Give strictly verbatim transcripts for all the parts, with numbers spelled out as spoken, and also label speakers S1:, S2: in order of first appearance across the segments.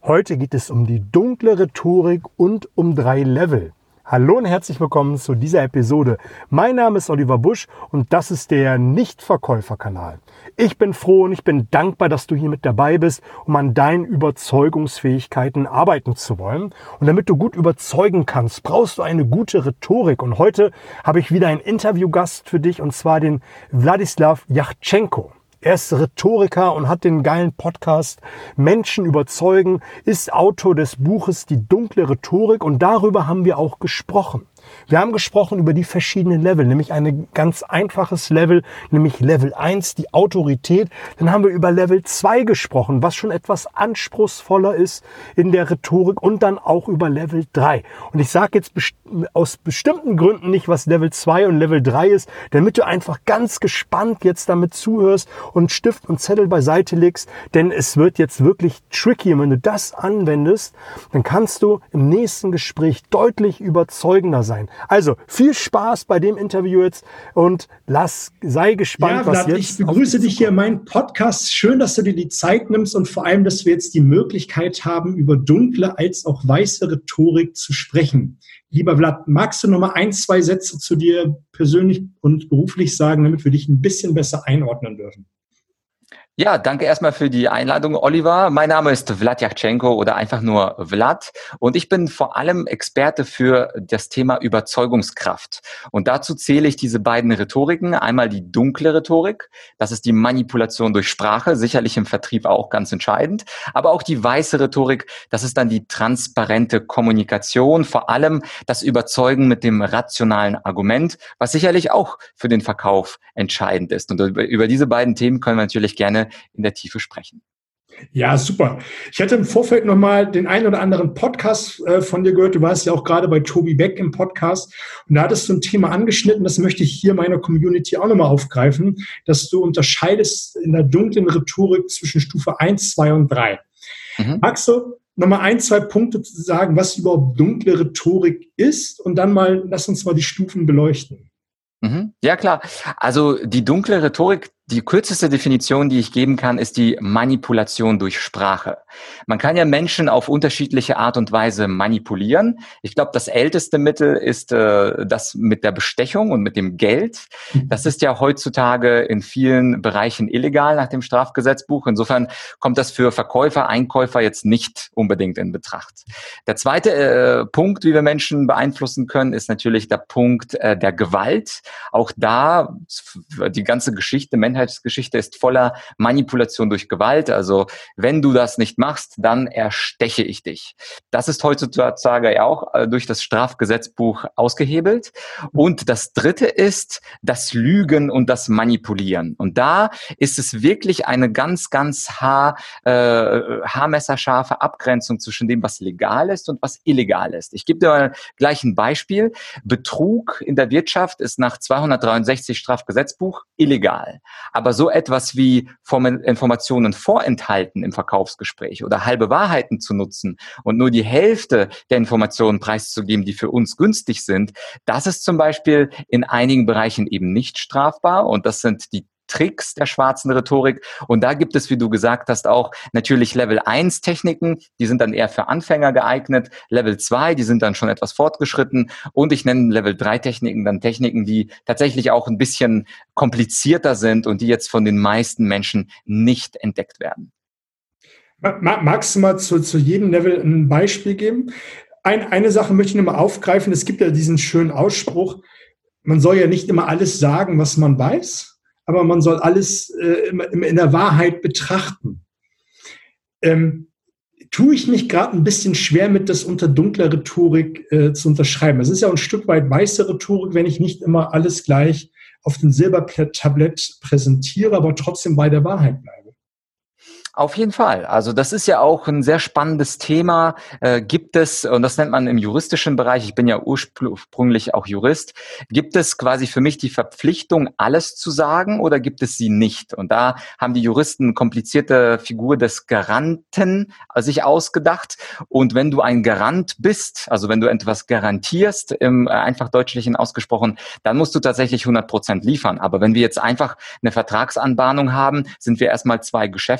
S1: Heute geht es um die dunkle Rhetorik und um drei Level. Hallo und herzlich willkommen zu dieser Episode. Mein Name ist Oliver Busch und das ist der Nichtverkäufer-Kanal. Ich bin froh und ich bin dankbar, dass du hier mit dabei bist, um an deinen Überzeugungsfähigkeiten arbeiten zu wollen. Und damit du gut überzeugen kannst, brauchst du eine gute Rhetorik. Und heute habe ich wieder einen Interviewgast für dich, und zwar den Wladislaw Yachtschenko. Er ist Rhetoriker und hat den geilen Podcast Menschen überzeugen, ist Autor des Buches Die dunkle Rhetorik, und darüber haben wir auch gesprochen. Wir haben gesprochen über die verschiedenen Level, nämlich ein ganz einfaches Level, nämlich Level eins, die Autorität. Dann haben wir über Level zwei gesprochen, was schon etwas anspruchsvoller ist in der Rhetorik, und dann auch über Level drei. Und ich sage jetzt best- aus bestimmten Gründen nicht, was Level zwei und Level drei ist, damit du einfach ganz gespannt jetzt damit zuhörst und Stift und Zettel beiseite legst, denn es wird jetzt wirklich tricky. Und wenn du das anwendest, dann kannst du im nächsten Gespräch deutlich überzeugender sein. Also viel Spaß bei dem Interview jetzt und lass, sei gespannt,
S2: ja,
S1: was
S2: Vlad,
S1: jetzt.
S2: Ich begrüße dich hier in meinem Podcast. Schön, dass du dir die Zeit nimmst und vor allem, dass wir jetzt die Möglichkeit haben, über dunkle als auch weiße Rhetorik zu sprechen. Lieber Vlad, magst du noch mal ein, zwei Sätze zu dir persönlich und beruflich sagen, damit wir dich ein bisschen besser einordnen dürfen?
S3: Ja, danke erstmal für die Einladung, Oliver. Mein Name ist Vlad Yachtschenko oder einfach nur Vlad, und ich bin vor allem Experte für das Thema Überzeugungskraft. Und dazu zähle ich diese beiden Rhetoriken. Einmal die dunkle Rhetorik, das ist die Manipulation durch Sprache, sicherlich im Vertrieb auch ganz entscheidend. Aber auch die weiße Rhetorik, das ist dann die transparente Kommunikation, vor allem das Überzeugen mit dem rationalen Argument, was sicherlich auch für den Verkauf entscheidend ist. Und über, über diese beiden Themen können wir natürlich gerne in der Tiefe sprechen.
S2: Ja, super. Ich hatte im Vorfeld nochmal den einen oder anderen Podcast äh, von dir gehört. Du warst ja auch gerade bei Tobi Beck im Podcast. Und da hattest du ein Thema angeschnitten, das möchte ich hier meiner Community auch nochmal aufgreifen, dass du unterscheidest in der dunklen Rhetorik zwischen Stufe eins, zwei und drei. Mhm. Magst du nochmal ein, zwei Punkte sagen, was überhaupt dunkle Rhetorik ist? Und dann mal, lass uns mal die Stufen beleuchten.
S3: Mhm. Ja, klar. Also die dunkle Rhetorik, die kürzeste Definition, die ich geben kann, ist die Manipulation durch Sprache. Man kann ja Menschen auf unterschiedliche Art und Weise manipulieren. Ich glaube, das älteste Mittel ist äh, das mit der Bestechung und mit dem Geld. Das ist ja heutzutage in vielen Bereichen illegal nach dem Strafgesetzbuch. Insofern kommt das für Verkäufer, Einkäufer jetzt nicht unbedingt in Betracht. Der zweite äh, Punkt, wie wir Menschen beeinflussen können, ist natürlich der Punkt äh, der Gewalt. Auch da, die ganze Geschichte, Menschheitsgeschichte ist voller Manipulation durch Gewalt. Also wenn du das nicht machst, dann ersteche ich dich. Das ist heutzutage ja auch durch das Strafgesetzbuch ausgehebelt. Und das dritte ist das Lügen und das Manipulieren. Und da ist es wirklich eine ganz, ganz haar, äh, haarmesserscharfe Abgrenzung zwischen dem, was legal ist und was illegal ist. Ich gebe dir mal gleich ein Beispiel. Betrug in der Wirtschaft ist nach zweihundertdreiundsechzig Strafgesetzbuch illegal. Aber so etwas wie Informationen vorenthalten im Verkaufsgespräch oder halbe Wahrheiten zu nutzen und nur die Hälfte der Informationen preiszugeben, die für uns günstig sind, das ist zum Beispiel in einigen Bereichen eben nicht strafbar, und das sind die Tricks der schwarzen Rhetorik. Und da gibt es, wie du gesagt hast, auch natürlich Level eins Techniken, die sind dann eher für Anfänger geeignet. Level zwei, die sind dann schon etwas fortgeschritten. Und ich nenne Level drei Techniken dann Techniken, die tatsächlich auch ein bisschen komplizierter sind und die jetzt von den meisten Menschen nicht entdeckt werden.
S2: Magst du mal zu, zu jedem Level ein Beispiel geben? Ein, eine Sache möchte ich nochmal aufgreifen. Es gibt ja diesen schönen Ausspruch, man soll ja nicht immer alles sagen, was man weiß, aber man soll alles äh, in der Wahrheit betrachten. Ähm, tue ich mich gerade ein bisschen schwer mit, das unter dunkler Rhetorik äh, zu unterschreiben. Es ist ja ein Stück weit weiße Rhetorik, wenn ich nicht immer alles gleich auf dem Silbertablett präsentiere, aber trotzdem bei der Wahrheit bleibe.
S3: Auf jeden Fall. Also das ist ja auch ein sehr spannendes Thema. Äh, gibt es, und das nennt man im juristischen Bereich, ich bin ja ursprünglich auch Jurist, gibt es quasi für mich die Verpflichtung, alles zu sagen, oder gibt es sie nicht? Und da haben die Juristen eine komplizierte Figur des Garanten sich ausgedacht. Und wenn du ein Garant bist, also wenn du etwas garantierst, im einfach Deutschlichen ausgesprochen, dann musst du tatsächlich hundert Prozent liefern. Aber wenn wir jetzt einfach eine Vertragsanbahnung haben, sind wir erstmal zwei Geschäftsleute,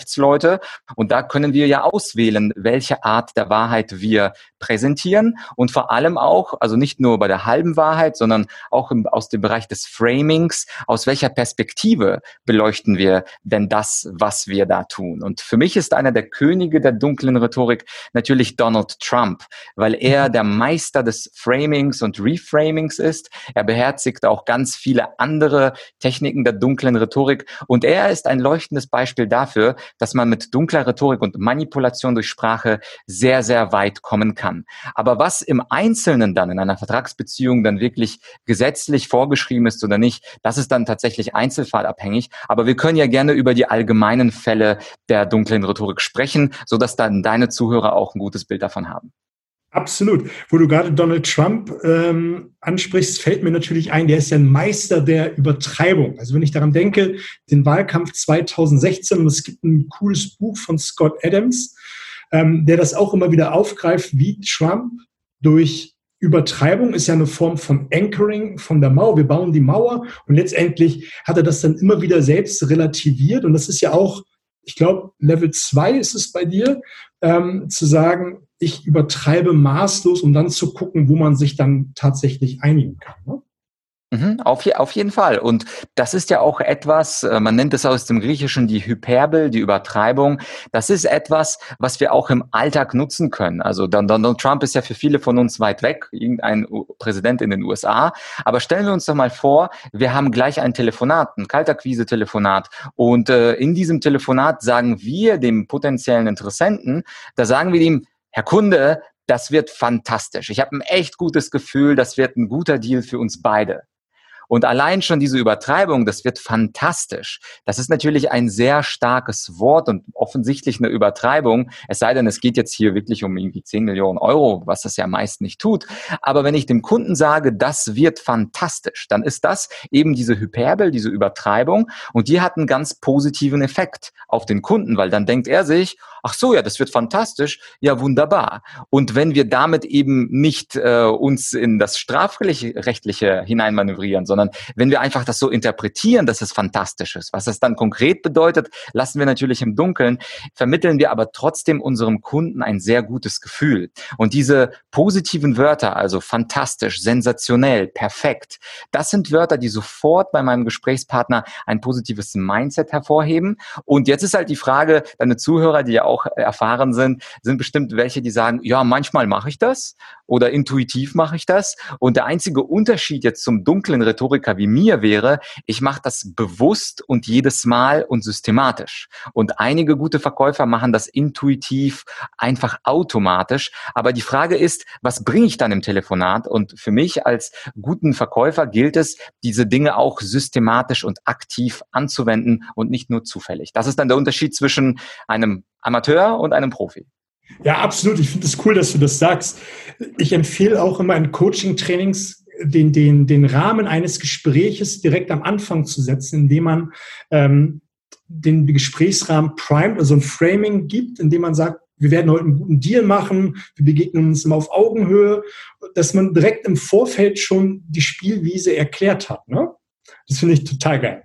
S3: Worte. Und da können wir ja auswählen, welche Art der Wahrheit wir präsentieren und vor allem auch, also nicht nur bei der halben Wahrheit, sondern auch im, aus dem Bereich des Framings, aus welcher Perspektive beleuchten wir denn das, was wir da tun. Und für mich ist einer der Könige der dunklen Rhetorik natürlich Donald Trump, weil er der Meister des Framings und Reframings ist. Er beherzigt auch ganz viele andere Techniken der dunklen Rhetorik und er ist ein leuchtendes Beispiel dafür, dass man mit dunkler Rhetorik und Manipulation durch Sprache sehr, sehr weit kommen kann. Aber was im Einzelnen dann in einer Vertragsbeziehung dann wirklich gesetzlich vorgeschrieben ist oder nicht, das ist dann tatsächlich einzelfallabhängig. Aber wir können ja gerne über die allgemeinen Fälle der dunklen Rhetorik sprechen, sodass dann deine Zuhörer auch ein gutes Bild davon haben.
S2: Absolut. Wo du gerade Donald Trump ähm, ansprichst, fällt mir natürlich ein, der ist ja ein Meister der Übertreibung. Also wenn ich daran denke, den Wahlkampf zweitausendsechzehn, und es gibt ein cooles Buch von Scott Adams, ähm, der das auch immer wieder aufgreift, wie Trump durch Übertreibung ist ja eine Form von Anchoring von der Mauer. Wir bauen die Mauer und letztendlich hat er das dann immer wieder selbst relativiert. Und das ist ja auch, ich glaube, Level zwei ist es bei dir, ähm, zu sagen, ich übertreibe maßlos, um dann zu gucken, wo man sich dann tatsächlich einigen kann. Ne?
S3: Mhm, auf, je, auf jeden Fall. Und das ist ja auch etwas, man nennt es aus dem Griechischen die Hyperbel, die Übertreibung. Das ist etwas, was wir auch im Alltag nutzen können. Also Donald Trump ist ja für viele von uns weit weg, irgendein Präsident in den U S A. Aber stellen wir uns doch mal vor, wir haben gleich ein Telefonat, ein Kaltakquise-Telefonat. Und äh, in diesem Telefonat sagen wir dem potenziellen Interessenten, da sagen wir ihm, Herr Kunde, das wird fantastisch. Ich habe ein echt gutes Gefühl, das wird ein guter Deal für uns beide. Und allein schon diese Übertreibung, das wird fantastisch. Das ist natürlich ein sehr starkes Wort und offensichtlich eine Übertreibung. Es sei denn, es geht jetzt hier wirklich um irgendwie zehn Millionen Euro, was das ja meist nicht tut. Aber wenn ich dem Kunden sage, das wird fantastisch, dann ist das eben diese Hyperbel, diese Übertreibung. Und die hat einen ganz positiven Effekt auf den Kunden, weil dann denkt er sich, ach so, ja, das wird fantastisch, ja, wunderbar. Und wenn wir damit eben nicht äh, uns in das Strafrechtliche hineinmanövrieren, sondern wenn wir einfach das so interpretieren, dass es fantastisch ist, was das dann konkret bedeutet, lassen wir natürlich im Dunkeln, vermitteln wir aber trotzdem unserem Kunden ein sehr gutes Gefühl. Und diese positiven Wörter, also fantastisch, sensationell, perfekt, das sind Wörter, die sofort bei meinem Gesprächspartner ein positives Mindset hervorheben. Und jetzt ist halt die Frage, deine Zuhörer, die ja auch erfahren sind, sind bestimmt welche, die sagen, ja, manchmal mache ich das oder intuitiv mache ich das. Und der einzige Unterschied jetzt zum dunklen Rhetoriker wie mir wäre, ich mache das bewusst und jedes Mal und systematisch. Und einige gute Verkäufer machen das intuitiv, einfach automatisch. Aber die Frage ist, was bringe ich dann im Telefonat? Und für mich als guten Verkäufer gilt es, diese Dinge auch systematisch und aktiv anzuwenden und nicht nur zufällig. Das ist dann der Unterschied zwischen einem Amateur und einem Profi.
S2: Ja, absolut. Ich finde es cool, dass du das sagst. Ich empfehle auch immer in Coaching-Trainings den, den, den Rahmen eines Gespräches direkt am Anfang zu setzen, indem man ähm, den Gesprächsrahmen primet, also ein Framing gibt, indem man sagt, wir werden heute einen guten Deal machen, wir begegnen uns immer auf Augenhöhe, dass man direkt im Vorfeld schon die Spielwiese erklärt hat. Ne? Das finde ich total geil.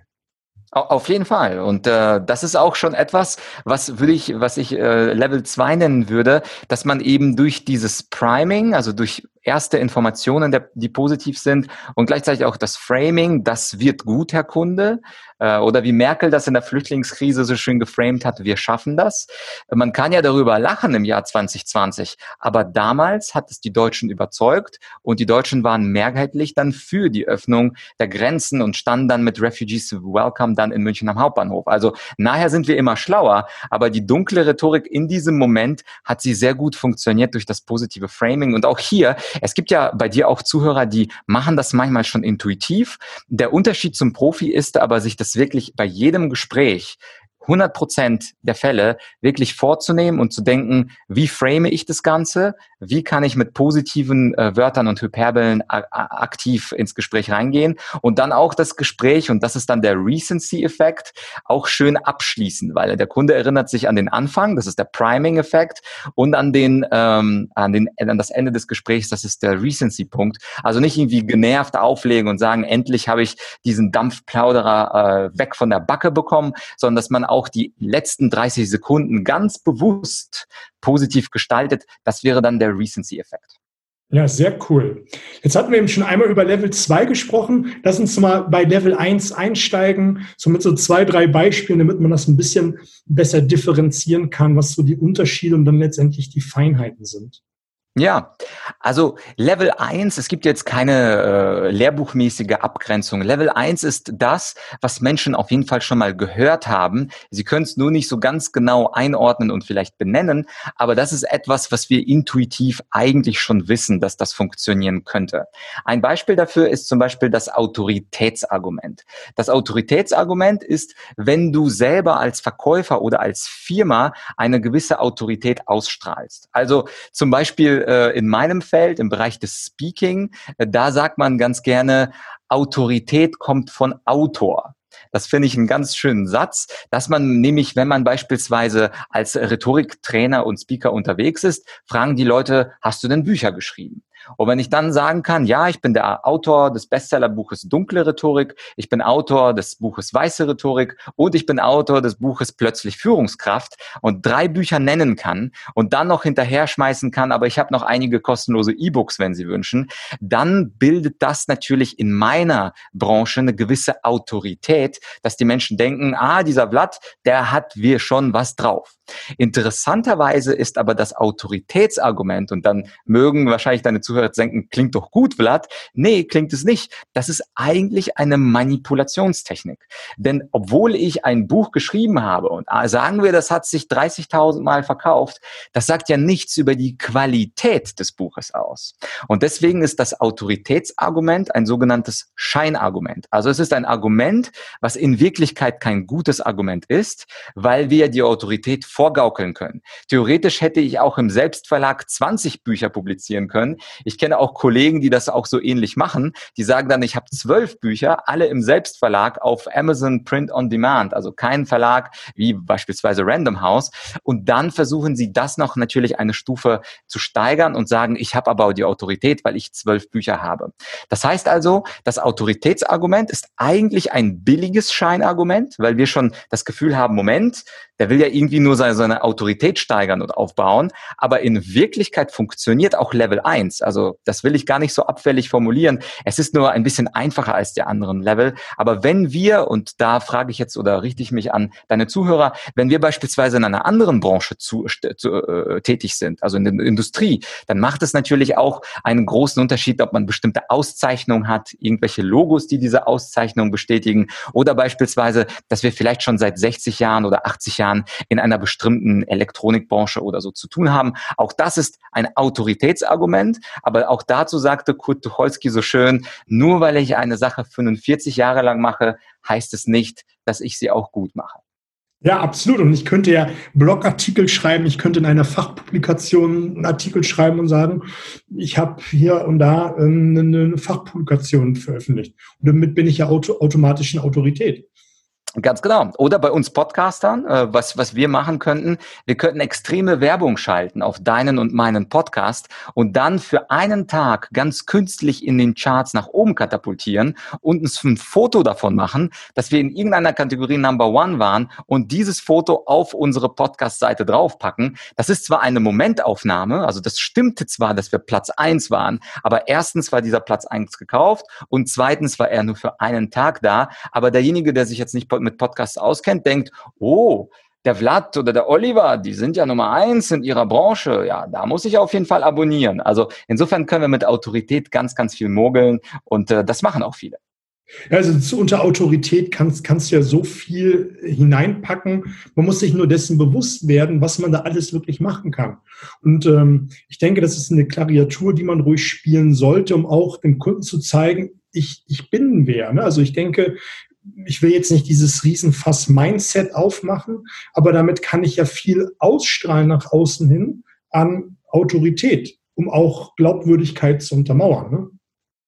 S3: Auf jeden Fall. Und äh, das ist auch schon etwas, was würde ich, was ich äh, Level zwei nennen würde, dass man eben durch dieses Priming, also durch erste Informationen, der, die positiv sind und gleichzeitig auch das Framing, das wird gut, Herr Kunde, äh, oder wie Merkel das in der Flüchtlingskrise so schön geframed hat, wir schaffen das. Man kann ja darüber lachen im Jahr zwanzig zwanzig, aber damals hat es die Deutschen überzeugt und die Deutschen waren mehrheitlich dann für die Öffnung der Grenzen und standen dann mit Refugees Welcome dann in München am Hauptbahnhof. Also nachher sind wir immer schlauer, aber die dunkle Rhetorik in diesem Moment hat sie sehr gut funktioniert durch das positive Framing. Und auch hier, es gibt ja bei dir auch Zuhörer, die machen das manchmal schon intuitiv. Der Unterschied zum Profi ist aber, sich das wirklich bei jedem Gespräch hundert Prozent der Fälle wirklich vorzunehmen und zu denken, wie frame ich das Ganze? Wie kann ich mit positiven äh, Wörtern und Hyperbeln a- a- aktiv ins Gespräch reingehen? Und dann auch das Gespräch, und das ist dann der Recency-Effekt, auch schön abschließen, weil der Kunde erinnert sich an den Anfang, das ist der Priming-Effekt, und an den, ähm, an den, an das Ende des Gesprächs, das ist der Recency-Punkt. Also nicht irgendwie genervt auflegen und sagen, endlich habe ich diesen Dampfplauderer äh, weg von der Backe bekommen, sondern dass man auch die letzten dreißig Sekunden ganz bewusst positiv gestaltet. Das wäre dann der Recency-Effekt.
S2: Ja, sehr cool. Jetzt hatten wir eben schon einmal über Level zwei gesprochen. Lass uns mal bei Level eins einsteigen, so mit so zwei, drei Beispielen, damit man das ein bisschen besser differenzieren kann, was so die Unterschiede und dann letztendlich die Feinheiten sind.
S3: Ja, also Level eins, es gibt jetzt keine äh, lehrbuchmäßige Abgrenzung. Level eins ist das, was Menschen auf jeden Fall schon mal gehört haben. Sie können es nur nicht so ganz genau einordnen und vielleicht benennen, aber das ist etwas, was wir intuitiv eigentlich schon wissen, dass das funktionieren könnte. Ein Beispiel dafür ist zum Beispiel das Autoritätsargument. Das Autoritätsargument ist, wenn du selber als Verkäufer oder als Firma eine gewisse Autorität ausstrahlst. Also zum Beispiel in meinem Feld, im Bereich des Speaking, da sagt man ganz gerne, Autorität kommt von Autor. Das finde ich einen ganz schönen Satz, dass man nämlich, wenn man beispielsweise als Rhetoriktrainer und Speaker unterwegs ist, fragen die Leute, hast du denn Bücher geschrieben? Und wenn ich dann sagen kann, ja, ich bin der Autor des Bestsellerbuches Dunkle Rhetorik, ich bin Autor des Buches Weiße Rhetorik und ich bin Autor des Buches Plötzlich Führungskraft und drei Bücher nennen kann und dann noch hinterher schmeißen kann, aber ich habe noch einige kostenlose E-Books, wenn Sie wünschen, dann bildet das natürlich in meiner Branche eine gewisse Autorität, dass die Menschen denken, ah, dieser Vlad, der hat wir schon was drauf. Interessanterweise ist aber das Autoritätsargument, und dann mögen wahrscheinlich deine Zuhörer denken, klingt doch gut, Vlad. Nee, klingt es nicht. Das ist eigentlich eine Manipulationstechnik. Denn obwohl ich ein Buch geschrieben habe und sagen wir, das hat sich dreißigtausend Mal verkauft, das sagt ja nichts über die Qualität des Buches aus. Und deswegen ist das Autoritätsargument ein sogenanntes Scheinargument. Also es ist ein Argument, was in Wirklichkeit kein gutes Argument ist, weil wir die Autorität vorgaukeln können. Theoretisch hätte ich auch im Selbstverlag zwanzig Bücher publizieren können. Ich kenne auch Kollegen, die das auch so ähnlich machen. Die sagen dann, ich habe zwölf Bücher, alle im Selbstverlag auf Amazon Print on Demand, also kein Verlag wie beispielsweise Random House. Und dann versuchen sie das noch natürlich eine Stufe zu steigern und sagen, ich habe aber die Autorität, weil ich zwölf Bücher habe. Das heißt also, das Autoritätsargument ist eigentlich ein billiges Scheinargument, weil wir schon das Gefühl haben, Moment, der will ja irgendwie nur seine, seine Autorität steigern und aufbauen, aber in Wirklichkeit funktioniert auch Level eins. Also das will ich gar nicht so abfällig formulieren. Es ist nur ein bisschen einfacher als die anderen Level. Aber wenn wir, und da frage ich jetzt oder richte ich mich an deine Zuhörer, wenn wir beispielsweise in einer anderen Branche zu, zu, äh, tätig sind, also in der Industrie, dann macht es natürlich auch einen großen Unterschied, ob man bestimmte Auszeichnungen hat, irgendwelche Logos, die diese Auszeichnung bestätigen, oder beispielsweise, dass wir vielleicht schon seit sechzig Jahren oder achtzig Jahren in einer bestimmten Elektronikbranche oder so zu tun haben. Auch das ist ein Autoritätsargument, aber auch dazu sagte Kurt Tucholsky so schön, nur weil ich eine Sache fünfundvierzig Jahre lang mache, heißt es nicht, dass ich sie auch gut mache.
S2: Ja, absolut. Und ich könnte ja Blogartikel schreiben, ich könnte in einer Fachpublikation einen Artikel schreiben und sagen, ich habe hier und da eine, eine Fachpublikation veröffentlicht. Und damit bin ich ja auto, automatisch eine Autorität.
S3: Ganz genau. Oder bei uns Podcastern, äh, was was wir machen könnten, wir könnten extreme Werbung schalten auf deinen und meinen Podcast und dann für einen Tag ganz künstlich in den Charts nach oben katapultieren und uns ein Foto davon machen, dass wir in irgendeiner Kategorie Number One waren und dieses Foto auf unsere Podcast-Seite draufpacken. Das ist zwar eine Momentaufnahme, also das stimmte zwar, dass wir Platz eins waren, aber erstens war dieser Platz eins gekauft und zweitens war er nur für einen Tag da, aber derjenige, der sich jetzt nicht mit Podcasts auskennt, denkt, oh, der Vlad oder der Oliver, die sind ja Nummer eins in ihrer Branche. Ja, da muss ich auf jeden Fall abonnieren. Also insofern können wir mit Autorität ganz, ganz viel mogeln und äh, das machen auch viele.
S2: Also unter Autorität kannst, kannst du ja so viel hineinpacken. Man muss sich nur dessen bewusst werden, was man da alles wirklich machen kann. Und ähm, ich denke, das ist eine Klaviatur, die man ruhig spielen sollte, um auch dem Kunden zu zeigen, ich, ich bin wer. Ne? Also ich denke, ich will jetzt nicht dieses Riesenfass-Mindset aufmachen, aber damit kann ich ja viel ausstrahlen nach außen hin an Autorität, um auch Glaubwürdigkeit zu untermauern. Ne?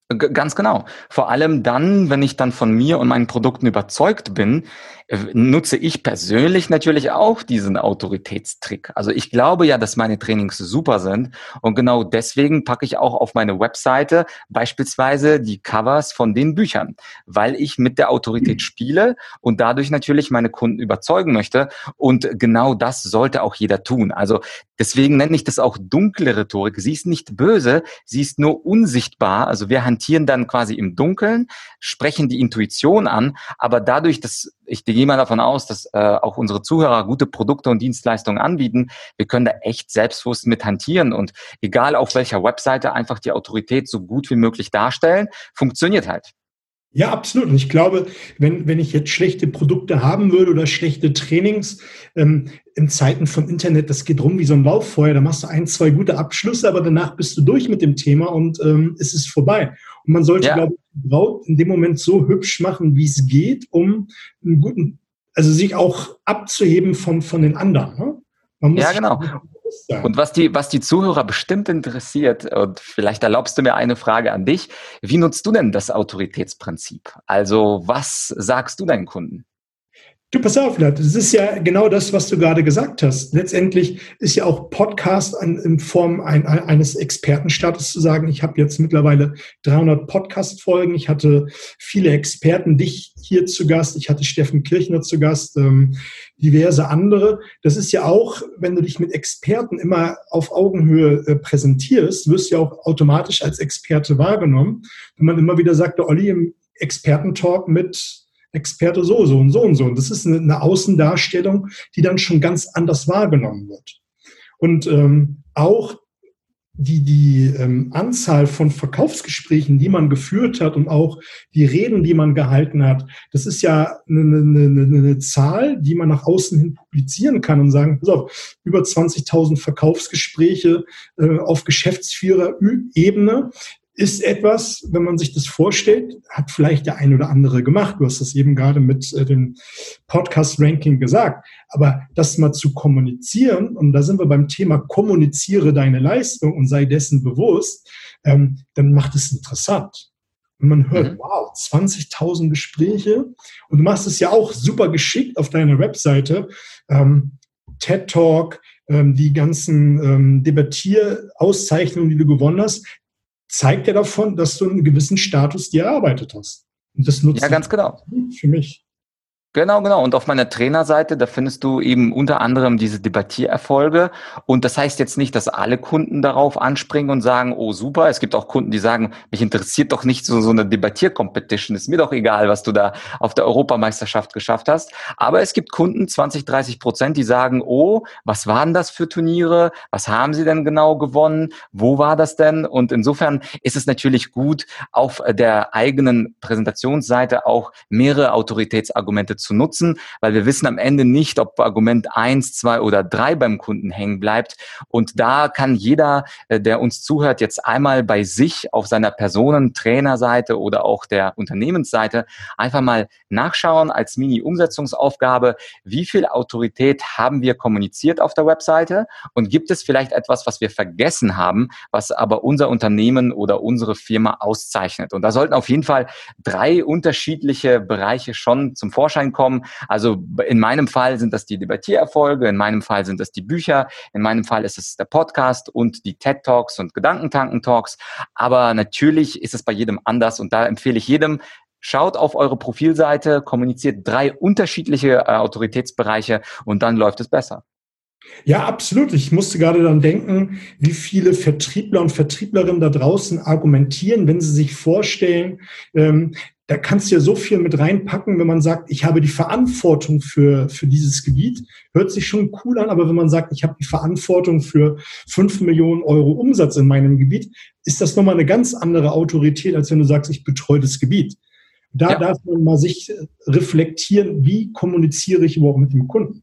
S3: G- Ganz genau. Vor allem dann, wenn ich dann von mir und meinen Produkten überzeugt bin, äh, nutze ich persönlich natürlich auch diesen Autoritätstrick. Also ich glaube ja, dass meine Trainings super sind und genau deswegen packe ich auch auf meine Webseite beispielsweise die Covers von den Büchern, weil ich mit der Autorität spiele und dadurch natürlich meine Kunden überzeugen möchte und genau das sollte auch jeder tun. Also deswegen nenne ich das auch dunkle Rhetorik. Sie ist nicht böse, sie ist nur unsichtbar. Also wir hantieren dann quasi im Dunkeln, sprechen die Intuition an, aber dadurch, dass ich gehe mal davon aus, dass äh, auch unsere Zuhörer gute Produkte und Dienstleistungen anbieten, wir können da echt selbstbewusst mit hantieren und egal auf welcher Webseite einfach die Autorität so gut wie möglich darstellen, funktioniert halt.
S2: Ja, absolut. Und ich glaube, wenn, wenn ich jetzt schlechte Produkte haben würde oder schlechte Trainings, ähm, in Zeiten von Internet, das geht rum wie so ein Lauffeuer, da machst du ein, zwei gute Abschlüsse, aber danach bist du durch mit dem Thema und ähm, es ist vorbei. Und man sollte,
S3: Ja,
S2: glaube ich, die Braut in dem Moment so hübsch machen, wie es geht, um einen guten, also sich auch abzuheben von, von den anderen. Ne? Man muss
S3: ja,
S2: sich
S3: genau.
S2: bewusst
S3: Und
S2: sein.
S3: was die, was die Zuhörer bestimmt interessiert, und vielleicht erlaubst du mir eine Frage an dich, wie nutzt du denn das Autoritätsprinzip? Also was sagst du deinen Kunden?
S2: Du, pass auf, Vlad, das ist ja genau das, was du gerade gesagt hast. Letztendlich ist ja auch Podcast an, in Form ein, ein, eines Expertenstatus zu sagen, ich habe jetzt mittlerweile dreihundert Podcast-Folgen, ich hatte viele Experten, dich hier zu Gast, ich hatte Steffen Kirchner zu Gast, ähm, diverse andere. Das ist ja auch, wenn du dich mit Experten immer auf Augenhöhe äh, präsentierst, wirst du ja auch automatisch als Experte wahrgenommen. Wenn man immer wieder sagt, der Olli im Expertentalk mit Experte so, so und so und so. Und das ist eine, eine Außendarstellung, die dann schon ganz anders wahrgenommen wird. Und ähm, auch die, die ähm, Anzahl von Verkaufsgesprächen, die man geführt hat und auch die Reden, die man gehalten hat, das ist ja eine, eine, eine, eine Zahl, die man nach außen hin publizieren kann und sagen, pass auf, über zwanzigtausend Verkaufsgespräche äh, auf Geschäftsführerebene ist etwas, wenn man sich das vorstellt, hat vielleicht der ein oder andere gemacht. Du hast das eben gerade mit äh, dem Podcast-Ranking gesagt. Aber das mal zu kommunizieren, und da sind wir beim Thema, kommuniziere deine Leistung und sei dessen bewusst, ähm, dann macht es interessant. Und man hört,
S3: Mhm.
S2: wow, zwanzigtausend Gespräche. Und du machst es ja auch super geschickt auf deiner Webseite. Ähm, TED Talk, ähm, die ganzen ähm, Debattierauszeichnungen, die du gewonnen hast, zeigt ja davon, dass du einen gewissen Status dir erarbeitet hast. Und das
S3: Ja,
S2: nutze
S3: ganz genau.
S2: ich für mich.
S3: Genau, genau. Und auf meiner Trainerseite, da findest du eben unter anderem diese Debattiererfolge. Und das heißt jetzt nicht, dass alle Kunden darauf anspringen und sagen, oh super. Es gibt auch Kunden, die sagen, mich interessiert doch nicht so, so eine Debattiercompetition. Ist mir doch egal, was du da auf der Europameisterschaft geschafft hast. Aber es gibt Kunden, zwanzig, dreißig Prozent, die sagen, oh, was waren das für Turniere? Was haben sie denn genau gewonnen? Wo war das denn? Und insofern ist es natürlich gut, auf der eigenen Präsentationsseite auch mehrere Autoritätsargumente zu nutzen, weil wir wissen am Ende nicht, ob Argument eins, zwei oder drei beim Kunden hängen bleibt. Und da kann jeder, der uns zuhört, jetzt einmal bei sich auf seiner Personen-, Trainerseite oder auch der Unternehmensseite einfach mal nachschauen als Mini-Umsetzungsaufgabe, wie viel Autorität haben wir kommuniziert auf der Webseite und gibt es vielleicht etwas, was wir vergessen haben, was aber unser Unternehmen oder unsere Firma auszeichnet. Und da sollten auf jeden Fall drei unterschiedliche Bereiche schon zum Vorschein kommen. Also in meinem Fall sind das die Debattiererfolge, in meinem Fall sind das die Bücher, in meinem Fall ist es der Podcast und die TED Talks und Gedankentanken Talks. Aber natürlich ist es bei jedem anders und da empfehle ich jedem, schaut auf eure Profilseite, kommuniziert drei unterschiedliche äh, Autoritätsbereiche und dann läuft es besser.
S2: Ja, absolut. Ich musste gerade dann denken, wie viele Vertriebler und Vertrieblerinnen da draußen argumentieren, wenn sie sich vorstellen, ähm, da kannst du ja so viel mit reinpacken, wenn man sagt, ich habe die Verantwortung für, für dieses Gebiet. Hört sich schon cool an, aber wenn man sagt, ich habe die Verantwortung für fünf Millionen Euro Umsatz in meinem Gebiet, ist das nochmal eine ganz andere Autorität, als wenn du sagst, ich betreue das Gebiet. Da
S3: Ja,
S2: darf man mal sich reflektieren, wie kommuniziere ich überhaupt mit dem Kunden.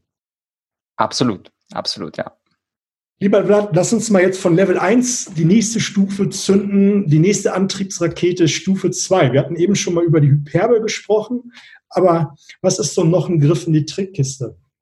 S3: absolut, absolut, ja.
S2: Lieber Vlad, lass uns mal jetzt von Level eins die nächste Stufe zünden, die nächste Antriebsrakete Stufe zwei. Wir hatten eben schon mal über die Hyperbel gesprochen, aber was ist so noch ein Griff in die Trickkiste?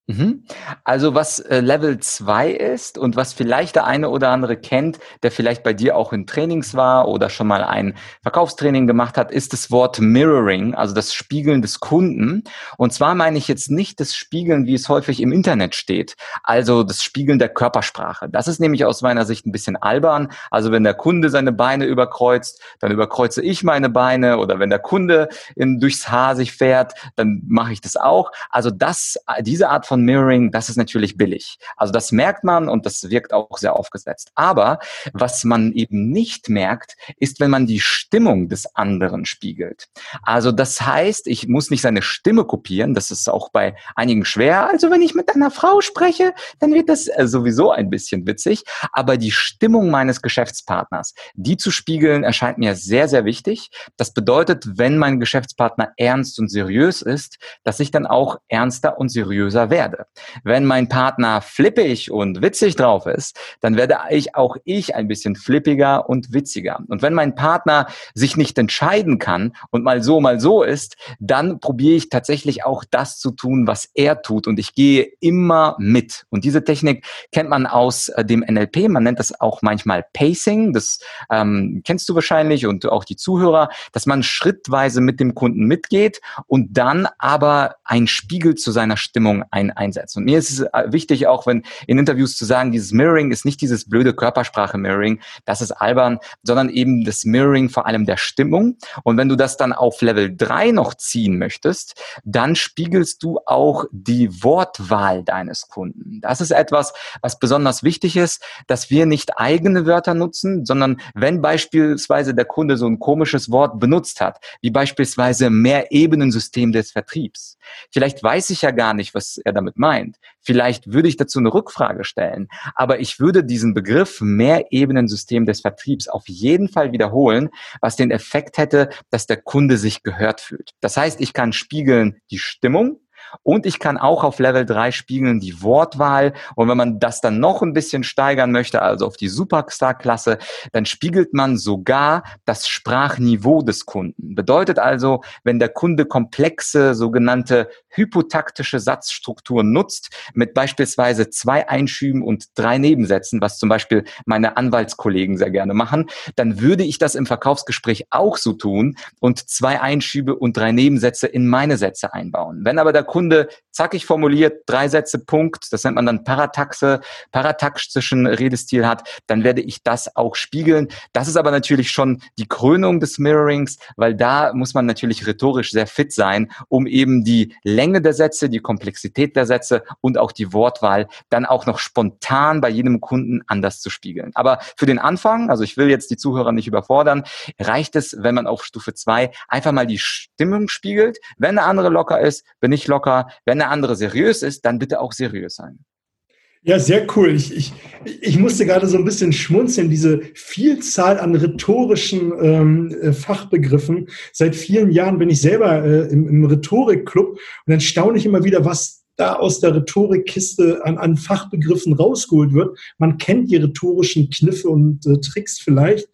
S3: Mhm. Also was äh, Level zwei ist und was vielleicht der eine oder andere kennt, der vielleicht bei dir auch in Trainings war oder schon mal ein Verkaufstraining gemacht hat, ist das Wort Mirroring, also das Spiegeln des Kunden. Und zwar meine ich jetzt nicht das Spiegeln, wie es häufig im Internet steht, also das Spiegeln der Körpersprache. Das ist nämlich aus meiner Sicht ein bisschen albern. Also wenn der Kunde seine Beine überkreuzt, dann überkreuze ich meine Beine, oder wenn der Kunde in, durchs Haar sich fährt, dann mache ich das auch. Also das, diese Art von Mirroring, das ist natürlich billig. Also das merkt man und das wirkt auch sehr aufgesetzt. Aber was man eben nicht merkt, ist, wenn man die Stimmung des anderen spiegelt. Also das heißt, ich muss nicht seine Stimme kopieren, das ist auch bei einigen schwer. Also wenn ich mit einer Frau spreche, dann wird das sowieso ein bisschen witzig. Aber die Stimmung meines Geschäftspartners, die zu spiegeln, erscheint mir sehr, sehr wichtig. Das bedeutet, wenn mein Geschäftspartner ernst und seriös ist, dass ich dann auch ernster und seriöser werde. Wenn mein Partner flippig und witzig drauf ist, dann werde ich auch ich ein bisschen flippiger und witziger. Und wenn mein Partner sich nicht entscheiden kann und mal so, mal so ist, dann probiere ich tatsächlich auch das zu tun, was er tut. Und ich gehe immer mit. Und diese Technik kennt man aus äh, dem N L P. Man nennt das auch manchmal Pacing. Das ähm, kennst du wahrscheinlich und auch die Zuhörer, dass man schrittweise mit dem Kunden mitgeht und dann aber einen Spiegel zu seiner Stimmung ein einsetzt. Und mir ist es wichtig, auch wenn in Interviews zu sagen, dieses Mirroring ist nicht dieses blöde Körpersprache-Mirroring, das ist albern, sondern eben das Mirroring vor allem der Stimmung. Und wenn du das dann auf Level drei noch ziehen möchtest, dann spiegelst du auch die Wortwahl deines Kunden. Das ist etwas, was besonders wichtig ist, dass wir nicht eigene Wörter nutzen, sondern wenn beispielsweise der Kunde so ein komisches Wort benutzt hat, wie beispielsweise Mehrebenensystem des Vertriebs. Vielleicht weiß ich ja gar nicht, was er damit meint. Vielleicht würde ich dazu eine Rückfrage stellen, aber ich würde diesen Begriff Mehrebenensystem des Vertriebs auf jeden Fall wiederholen, was den Effekt hätte, dass der Kunde sich gehört fühlt. Das heißt, ich kann spiegeln die Stimmung, und ich kann auch auf Level drei spiegeln die Wortwahl. Und wenn man das dann noch ein bisschen steigern möchte, also auf die Superstar-Klasse, dann spiegelt man sogar das Sprachniveau des Kunden. Bedeutet also, wenn der Kunde komplexe, sogenannte hypotaktische Satzstrukturen nutzt, mit beispielsweise zwei Einschüben und drei Nebensätzen, was zum Beispiel meine Anwaltskollegen sehr gerne machen, dann würde ich das im Verkaufsgespräch auch so tun und zwei Einschübe und drei Nebensätze in meine Sätze einbauen. Wenn aber der Kunde zackig formuliert, drei Sätze, Punkt, das nennt man dann Parataxe, parataxischen Redestil hat, dann werde ich das auch spiegeln. Das ist aber natürlich schon die Krönung des Mirrorings, weil da muss man natürlich rhetorisch sehr fit sein, um eben die Länge der Sätze, die Komplexität der Sätze und auch die Wortwahl dann auch noch spontan bei jedem Kunden anders zu spiegeln. Aber für den Anfang, also ich will jetzt die Zuhörer nicht überfordern, reicht es, wenn man auf Stufe zwei einfach mal die Stimmung spiegelt. Wenn der andere locker ist, bin ich locker. Wenn der andere seriös ist, dann bitte auch seriös sein.
S2: Ja, sehr cool. Ich, ich, ich musste gerade so ein bisschen schmunzeln, diese Vielzahl an rhetorischen ähm, Fachbegriffen. Seit vielen Jahren bin ich selber äh, im, im Rhetorikclub und dann staune ich immer wieder, was da aus der Rhetorikkiste an, an Fachbegriffen rausgeholt wird. Man kennt die rhetorischen Kniffe und äh, Tricks vielleicht.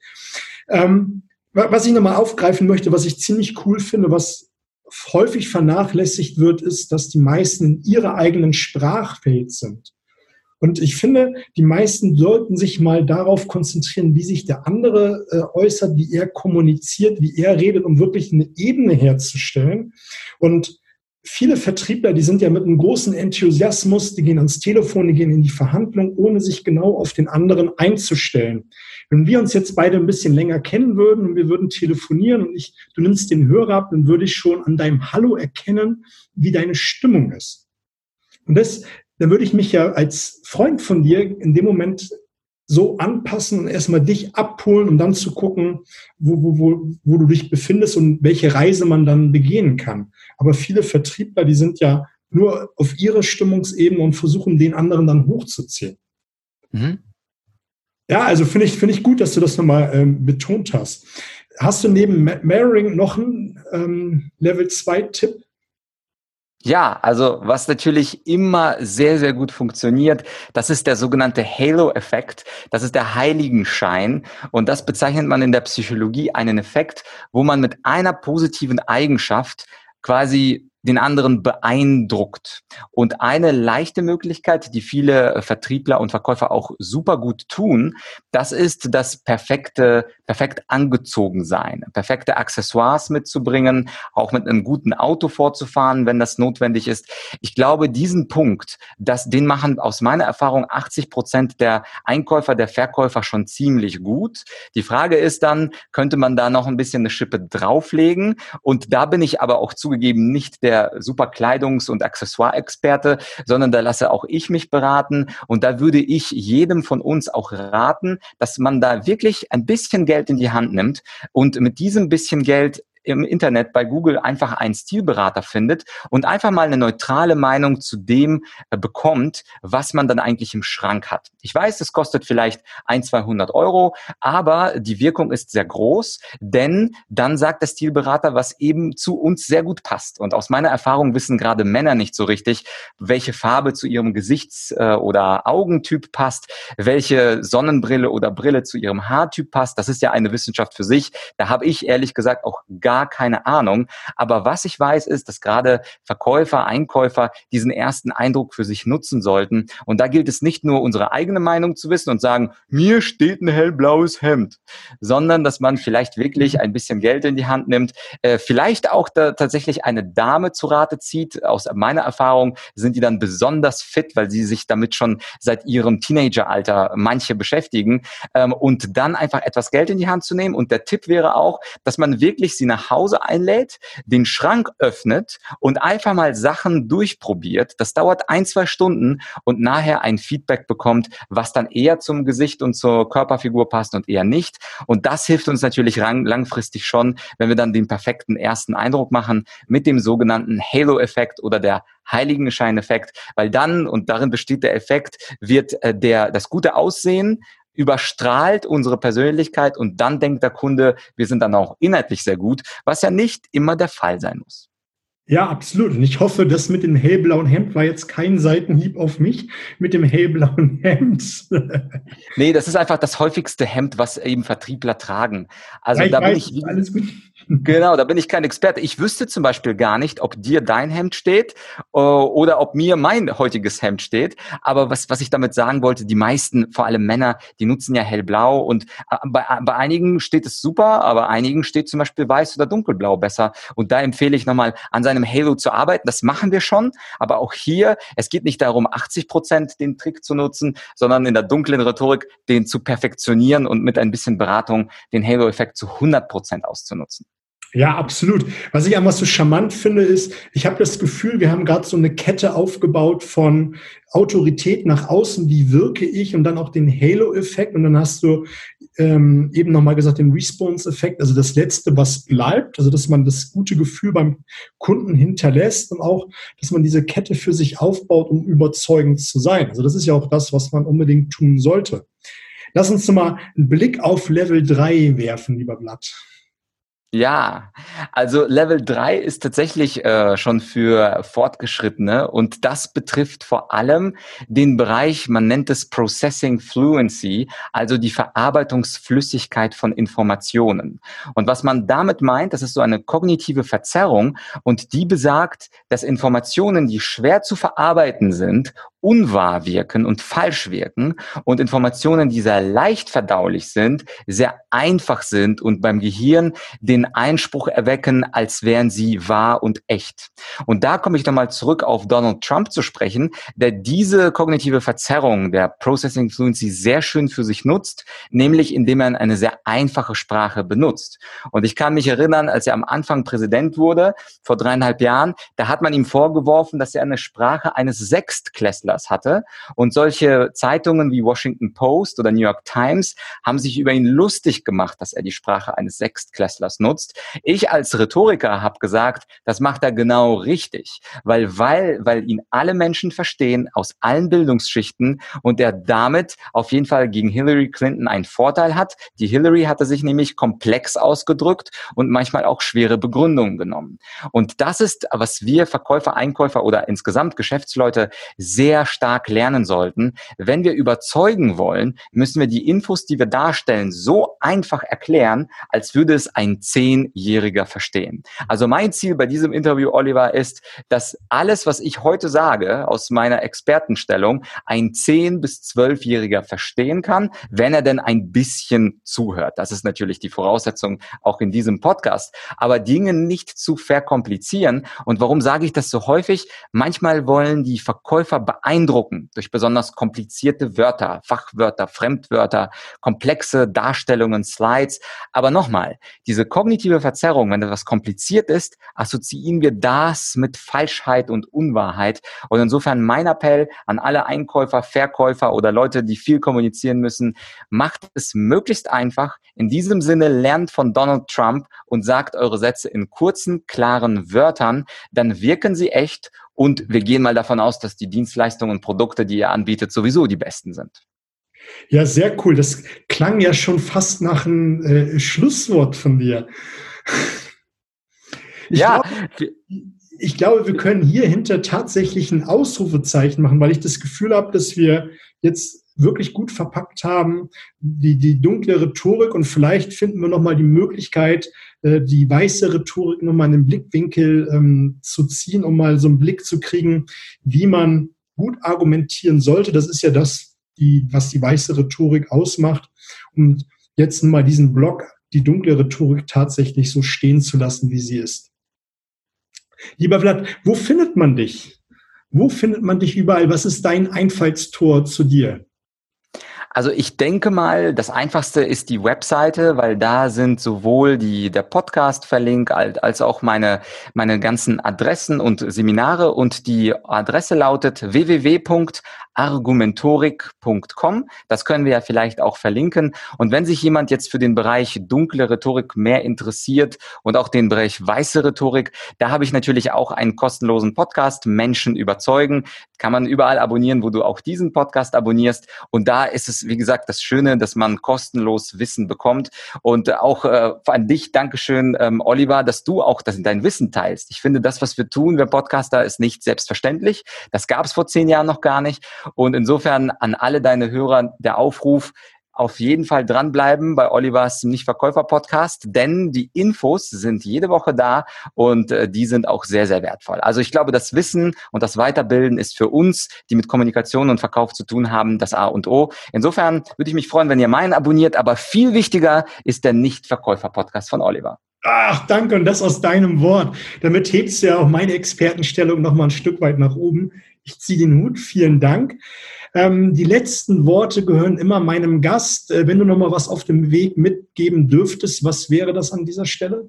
S2: Ähm, was ich nochmal aufgreifen möchte, was ich ziemlich cool finde, was häufig vernachlässigt wird, ist, dass die meisten in ihrer eigenen Sprachwelt sind. Und ich finde, die meisten sollten sich mal darauf konzentrieren, wie sich der andere äh, äußert, wie er kommuniziert, wie er redet, um wirklich eine Ebene herzustellen. Und viele Vertriebler, die sind ja mit einem großen Enthusiasmus, die gehen ans Telefon, die gehen in die Verhandlung, ohne sich genau auf den anderen einzustellen. Wenn wir uns jetzt beide ein bisschen länger kennen würden und wir würden telefonieren und ich, du nimmst den Hörer ab, dann würde ich schon an deinem Hallo erkennen, wie deine Stimmung ist. Und das, dann würde ich mich ja als Freund von dir in dem Moment so anpassen und erstmal dich abholen, um dann zu gucken, wo, wo, wo, wo du dich befindest und welche Reise man dann begehen kann. Aber viele Vertriebler, die sind ja nur auf ihrer Stimmungsebene und versuchen, den anderen dann hochzuziehen. Mhm. Ja, also finde ich, finde ich gut, dass du das nochmal ähm, betont hast. Hast du neben Mirroring noch einen ähm, Level zwei Tipp?
S3: Ja, also was natürlich immer sehr, sehr gut funktioniert, das ist der sogenannte Halo-Effekt. Das ist der Heiligenschein. Und das bezeichnet man in der Psychologie einen Effekt, wo man mit einer positiven Eigenschaft quasi den anderen beeindruckt. Und eine leichte Möglichkeit, die viele Vertriebler und Verkäufer auch super gut tun, das ist das perfekte, perfekt angezogen sein, perfekte Accessoires mitzubringen, auch mit einem guten Auto vorzufahren, wenn das notwendig ist. Ich glaube, diesen Punkt, das, den machen aus meiner Erfahrung achtzig Prozent der Einkäufer, der Verkäufer schon ziemlich gut. Die Frage ist dann, könnte man da noch ein bisschen eine Schippe drauflegen? Und da bin ich aber auch zugegeben nicht der der super Kleidungs- und Accessoire-Experte, sondern da lasse auch ich mich beraten. Und da würde ich jedem von uns auch raten, dass man da wirklich ein bisschen Geld in die Hand nimmt und mit diesem bisschen Geld im Internet bei Google einfach einen Stilberater findet und einfach mal eine neutrale Meinung zu dem äh, bekommt, was man dann eigentlich im Schrank hat. Ich weiß, es kostet vielleicht ein, zweihundert Euro, aber die Wirkung ist sehr groß, denn dann sagt der Stilberater, was eben zu uns sehr gut passt. Und aus meiner Erfahrung wissen gerade Männer nicht so richtig, welche Farbe zu ihrem Gesichts- äh, oder Augentyp passt, welche Sonnenbrille oder Brille zu ihrem Haartyp passt. Das ist ja eine Wissenschaft für sich. Da habe ich ehrlich gesagt auch gar Gar keine Ahnung. Aber was ich weiß, ist, dass gerade Verkäufer, Einkäufer diesen ersten Eindruck für sich nutzen sollten. Und da gilt es nicht nur, unsere eigene Meinung zu wissen und sagen, mir steht ein hellblaues Hemd, sondern dass man vielleicht wirklich ein bisschen Geld in die Hand nimmt, äh, vielleicht auch da tatsächlich eine Dame zu Rate zieht. Aus meiner Erfahrung sind die dann besonders fit, weil sie sich damit schon seit ihrem Teenageralter manche beschäftigen, ähm, und dann einfach etwas Geld in die Hand zu nehmen. Und der Tipp wäre auch, dass man wirklich sie nach Hause einlädt, den Schrank öffnet und einfach mal Sachen durchprobiert. Das dauert ein, zwei Stunden und nachher ein Feedback bekommt, was dann eher zum Gesicht und zur Körperfigur passt und eher nicht. Und das hilft uns natürlich langfristig schon, wenn wir dann den perfekten ersten Eindruck machen mit dem sogenannten Halo-Effekt oder der Heiligenschein-Effekt, weil dann, und darin besteht der Effekt, wird äh, der das gute Aussehen überstrahlt unsere Persönlichkeit und dann denkt der Kunde, wir sind dann auch inhaltlich sehr gut, was ja nicht immer der Fall sein muss.
S2: Ja, absolut. Und ich hoffe, das mit dem hellblauen Hemd war jetzt kein Seitenhieb auf mich mit dem hellblauen Hemd.
S3: Nee, das ist einfach das häufigste Hemd, was eben Vertriebler tragen. Also
S2: ja, ich
S3: da
S2: weiß,
S3: bin ich,
S2: alles gut.
S3: Genau, da bin ich kein Experte. Ich wüsste zum Beispiel gar nicht, ob dir dein Hemd steht äh, oder ob mir mein heutiges Hemd steht. Aber was, was ich damit sagen wollte, die meisten, vor allem Männer, die nutzen ja hellblau und äh, bei, bei einigen steht es super, aber einigen steht zum Beispiel weiß oder dunkelblau besser. Und da empfehle ich nochmal, an seinem Halo zu arbeiten. Das machen wir schon, aber auch hier, es geht nicht darum, achtzig Prozent den Trick zu nutzen, sondern in der dunklen Rhetorik den zu perfektionieren und mit ein bisschen Beratung den Halo-Effekt zu hundert Prozent auszunutzen.
S2: Ja, absolut. Was ich einfach so charmant finde, ist, ich habe das Gefühl, wir haben gerade so eine Kette aufgebaut von Autorität nach außen, wie wirke ich, und dann auch den Halo-Effekt. Und dann hast du ähm, eben nochmal gesagt, den Response-Effekt, also das Letzte, was bleibt, also dass man das gute Gefühl beim Kunden hinterlässt und auch, dass man diese Kette für sich aufbaut, um überzeugend zu sein. Also das ist ja auch das, was man unbedingt tun sollte. Lass uns mal einen Blick auf Level drei werfen, lieber Blatt.
S3: Ja, also Level drei ist tatsächlich äh, schon für Fortgeschrittene und das betrifft vor allem den Bereich, man nennt es Processing Fluency, also die Verarbeitungsflüssigkeit von Informationen. Und was man damit meint, das ist so eine kognitive Verzerrung und die besagt, dass Informationen, die schwer zu verarbeiten sind, unwahr wirken und falsch wirken und Informationen, die sehr leicht verdaulich sind, sehr einfach sind und beim Gehirn den Einspruch erwecken, als wären sie wahr und echt. Und da komme ich nochmal zurück auf Donald Trump zu sprechen, der diese kognitive Verzerrung der Processing Fluency sehr schön für sich nutzt, nämlich indem er eine sehr einfache Sprache benutzt. Und ich kann mich erinnern, als er am Anfang Präsident wurde, vor dreieinhalb Jahren, da hat man ihm vorgeworfen, dass er eine Sprache eines Sechstklässlers hatte. Und solche Zeitungen wie Washington Post oder New York Times haben sich über ihn lustig gemacht, dass er die Sprache eines Sechstklässlers nutzt. Ich als Rhetoriker habe gesagt, das macht er genau richtig, weil, weil, weil ihn alle Menschen verstehen, aus allen Bildungsschichten und er damit auf jeden Fall gegen Hillary Clinton einen Vorteil hat. Die Hillary hatte sich nämlich komplex ausgedrückt und manchmal auch schwere Begründungen genommen. Und das ist, was wir Verkäufer, Einkäufer oder insgesamt Geschäftsleute sehr sehr stark lernen sollten. Wenn wir überzeugen wollen, müssen wir die Infos, die wir darstellen, so einfach erklären, als würde es ein Zehnjähriger verstehen. Also mein Ziel bei diesem Interview, Oliver, ist, dass alles, was ich heute sage, aus meiner Expertenstellung, ein zehn- bis zwölfjähriger verstehen kann, wenn er denn ein bisschen zuhört. Das ist natürlich die Voraussetzung auch in diesem Podcast. Aber Dinge nicht zu verkomplizieren. Und warum sage ich das so häufig? Manchmal wollen die Verkäufer beeindrucken durch besonders komplizierte Wörter, Fachwörter, Fremdwörter, komplexe Darstellungen, Slides. Aber nochmal, diese kognitive Verzerrung, wenn etwas kompliziert ist, assoziieren wir das mit Falschheit und Unwahrheit. Und insofern mein Appell an alle Einkäufer, Verkäufer oder Leute, die viel kommunizieren müssen, macht es möglichst einfach. In diesem Sinne lernt von Donald Trump und sagt eure Sätze in kurzen, klaren Wörtern, dann wirken sie echt und wir gehen mal davon aus, dass die Dienstleistungen und Produkte, die ihr anbietet, sowieso die besten sind.
S2: Ja, sehr cool. Das klang ja schon fast nach einem äh, Schlusswort von dir. Ich
S3: ja,
S2: glaube, ich glaube, wir können hier hinter tatsächlich ein Ausrufezeichen machen, weil ich das Gefühl habe, dass wir jetzt wirklich gut verpackt haben, die, die dunkle Rhetorik, und vielleicht finden wir nochmal die Möglichkeit, äh, die weiße Rhetorik nochmal in den Blickwinkel ähm, zu ziehen, um mal so einen Blick zu kriegen, wie man gut argumentieren sollte. Das ist ja das, die, was die weiße Rhetorik ausmacht. Und jetzt mal diesen Block, die dunkle Rhetorik tatsächlich so stehen zu lassen, wie sie ist. Lieber Vlad, wo findet man dich? Wo findet man dich überall? Was ist dein Einfallstor zu dir?
S3: Also ich denke mal, das Einfachste ist die Webseite, weil da sind sowohl die, der Podcast verlinkt als auch meine, meine ganzen Adressen und Seminare, und die Adresse lautet w w w punkt argumentorik punkt com. Das können wir ja vielleicht auch verlinken. Und wenn sich jemand jetzt für den Bereich dunkle Rhetorik mehr interessiert und auch den Bereich weiße Rhetorik, da habe ich natürlich auch einen kostenlosen Podcast, Menschen überzeugen. Kann man überall abonnieren, wo du auch diesen Podcast abonnierst. Und da ist es, wie gesagt, das Schöne, dass man kostenlos Wissen bekommt. Und auch äh, an dich, Dankeschön, ähm, Oliver, dass du auch das, dein Wissen teilst. Ich finde, das, was wir tun, wir Podcaster, ist nicht selbstverständlich. Das gab es vor zehn Jahren noch gar nicht. Und insofern an alle deine Hörer der Aufruf, auf jeden Fall dranbleiben bei Olivers Nicht-Verkäufer-Podcast, denn die Infos sind jede Woche da und äh, die sind auch sehr, sehr wertvoll. Also ich glaube, das Wissen und das Weiterbilden ist für uns, die mit Kommunikation und Verkauf zu tun haben, das A und O. Insofern würde ich mich freuen, wenn ihr meinen abonniert, aber viel wichtiger ist der Nicht-Verkäufer-Podcast von Oliver.
S2: Ach, danke, und das aus deinem Wort. Damit hebst du ja auch meine Expertenstellung noch mal ein Stück weit nach oben. Ich ziehe den Hut, vielen Dank. Ähm, die letzten Worte gehören immer meinem Gast. Äh, wenn du noch mal was auf dem Weg mitgeben dürftest, was wäre das an dieser Stelle?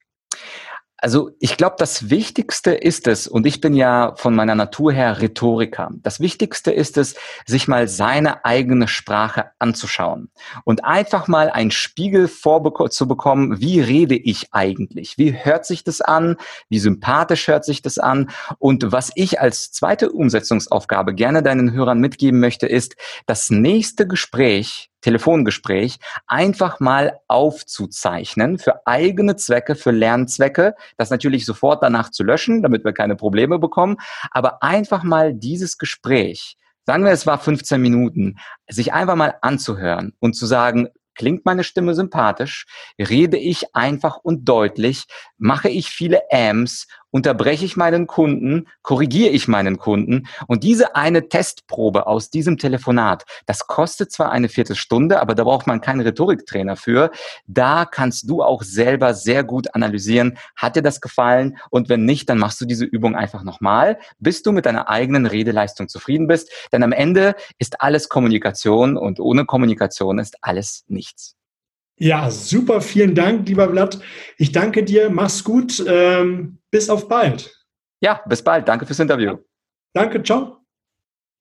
S3: Also ich glaube, das Wichtigste ist es, und ich bin ja von meiner Natur her Rhetoriker, das Wichtigste ist es, sich mal seine eigene Sprache anzuschauen und einfach mal einen Spiegel vorzubekommen, wie rede ich eigentlich, wie hört sich das an, wie sympathisch hört sich das an, und was ich als zweite Umsetzungsaufgabe gerne deinen Hörern mitgeben möchte, ist, das nächste Gespräch, Telefongespräch, einfach mal aufzuzeichnen für eigene Zwecke, für Lernzwecke, das natürlich sofort danach zu löschen, damit wir keine Probleme bekommen, aber einfach mal dieses Gespräch, sagen wir, es war fünfzehn Minuten, sich einfach mal anzuhören und zu sagen, klingt meine Stimme sympathisch, rede ich einfach und deutlich, mache ich viele Ähms, unterbreche ich meinen Kunden, korrigiere ich meinen Kunden, und diese eine Testprobe aus diesem Telefonat, das kostet zwar eine Viertelstunde, aber da braucht man keinen Rhetoriktrainer für. Da kannst du auch selber sehr gut analysieren, hat dir das gefallen, und wenn nicht, dann machst du diese Übung einfach nochmal, bis du mit deiner eigenen Redeleistung zufrieden bist, denn am Ende ist alles Kommunikation und ohne Kommunikation ist alles nichts.
S2: Ja, super, vielen Dank, lieber Vlad. Ich danke dir, mach's gut, ähm, bis auf bald.
S3: Ja, bis bald. Danke fürs Interview.
S2: Danke, ciao.